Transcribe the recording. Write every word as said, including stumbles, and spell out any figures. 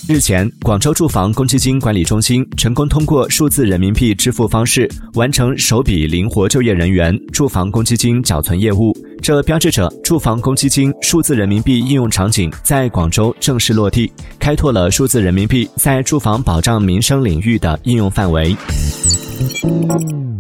日前，广州住房公积金管理中心成功通过数字人民币支付方式完成首笔灵活就业人员住房公积金缴存业务，这标志着住房公积金数字人民币应用场景在广州正式落地，开拓了数字人民币在住房保障民生领域的应用范围。